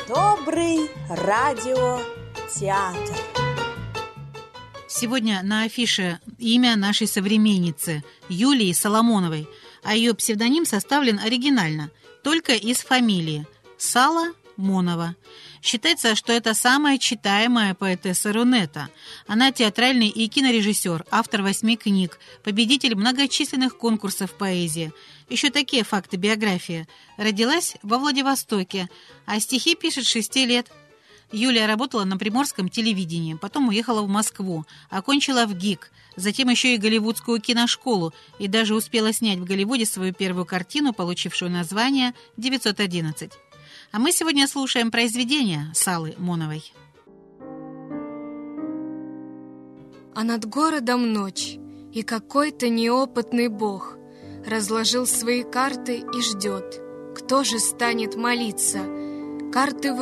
Добрый радиотеатр. Сегодня на афише имя нашей современницы Юлии Соломоновой, а ее псевдоним составлен оригинально, только из фамилии – Соломонова. Считается, что это самая читаемая поэтесса Рунета. Она театральный и кинорежиссер, автор 8 книг, победитель многочисленных конкурсов поэзии. Еще такие факты биографии. Родилась во Владивостоке, а стихи пишет с 6 лет. Юлия работала на приморском телевидении, потом уехала в Москву, окончила в ГИК, затем еще и Голливудскую киношколу и даже успела снять в Голливуде свою первую картину, получившую название «911». А мы сегодня слушаем произведение Салы Моновой. А над городом ночь, и какой-то неопытный бог разложил свои карты и ждет, кто же станет молиться. Карты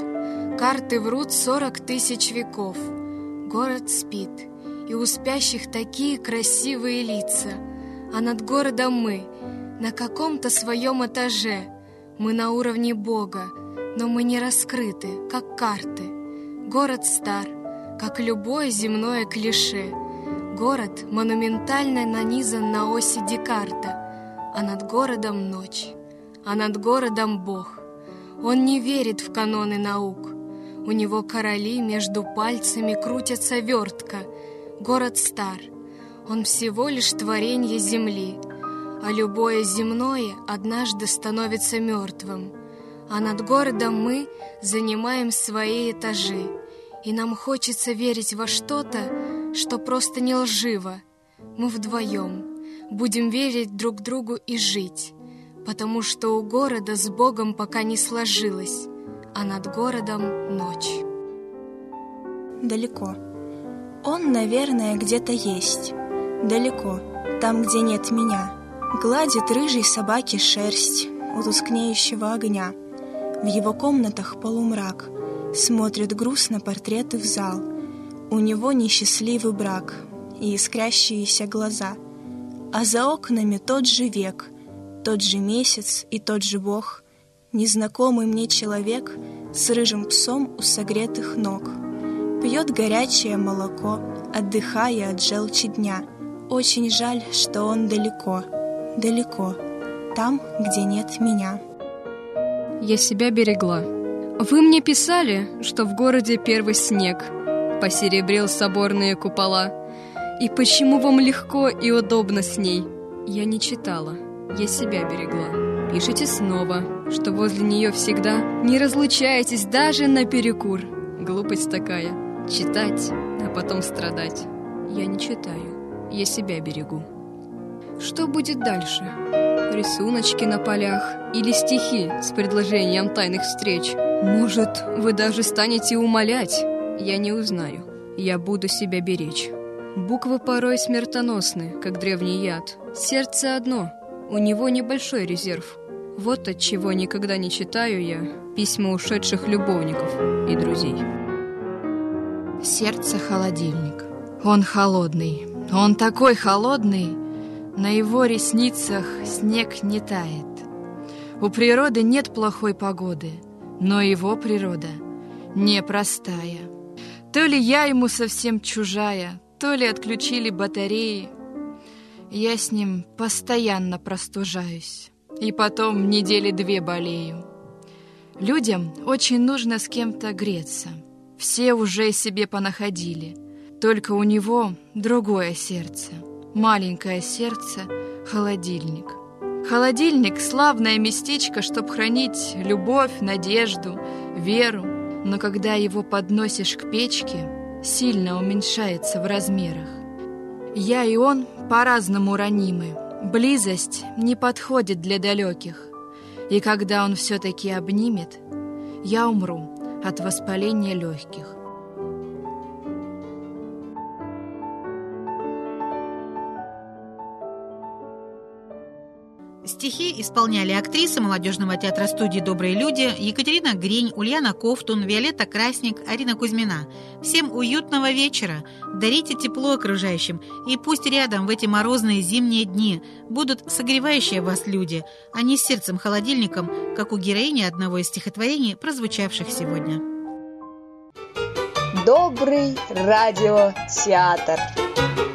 врут 40 тысяч веков. Город спит, и у спящих такие красивые лица. А над городом мы, на каком-то своем этаже. Мы на уровне Бога, но мы не раскрыты, как карты. Город стар, как любое земное клише. Город монументально нанизан на оси Декарта. А над городом ночь, а над городом Бог. Он не верит в каноны наук. У него короли между пальцами крутятся вертка. Город стар, он всего лишь творенье земли. А любое земное однажды становится мертвым. А над городом мы занимаем свои этажи. И нам хочется верить во что-то, что просто не лживо. Мы вдвоем будем верить друг другу и жить, потому что у города с Богом пока не сложилось, а над городом ночь. Далеко. Он, наверное, где-то есть. Далеко, там, где нет меня. Гладит рыжей собаки шерсть у тускнеющего огня. В его комнатах полумрак. Смотрит грустно портреты в зал. У него несчастливый брак и искрящиеся глаза. А за окнами тот же век, тот же месяц и тот же Бог. Незнакомый мне человек с рыжим псом у согретых ног. Пьет горячее молоко, отдыхая от желчи дня. Очень жаль, что он далеко, далеко, там, где нет меня. Я себя берегла. Вы мне писали, что в городе первый снег посеребрил соборные купола. И почему вам легко и удобно с ней? Я не читала, я себя берегла. Пишите снова, что возле нее всегда не разлучаетесь даже наперекур. Глупость такая, читать, а потом страдать. Я не читаю, я себя берегу. Что будет дальше? Рисуночки на полях или стихи с предложением тайных встреч? Может, вы даже станете умолять? Я не узнаю, я буду себя беречь. Буквы порой смертоносны, как древний яд. Сердце одно, у него небольшой резерв. Вот отчего никогда не читаю я письма ушедших любовников и друзей. Сердце холодильник. Он холодный, он такой холодный. На его ресницах снег не тает. У природы нет плохой погоды, но его природа непростая. То ли я ему совсем чужая, то ли отключили батареи. Я с ним постоянно простужаюсь, и потом недели 2 болею. Людям очень нужно с кем-то греться. Все уже себе понаходили, только у него другое сердце. Маленькое сердце — холодильник. Холодильник — славное местечко, чтоб хранить любовь, надежду, веру. Но когда его подносишь к печке, сильно уменьшается в размерах. Я и он по-разному ранимы. Близость не подходит для далеких. И когда он все-таки обнимет, я умру от воспаления легких. Стихи исполняли актрисы молодежного театра студии «Добрые люди» Екатерина Гринь, Ульяна Ковтун, Виолетта Красник, Арина Кузьмина. Всем уютного вечера. Дарите тепло окружающим. И пусть рядом в эти морозные зимние дни будут согревающие вас люди, а не сердцем-холодильником, как у героини одного из стихотворений, прозвучавших сегодня. Добрый радиотеатр.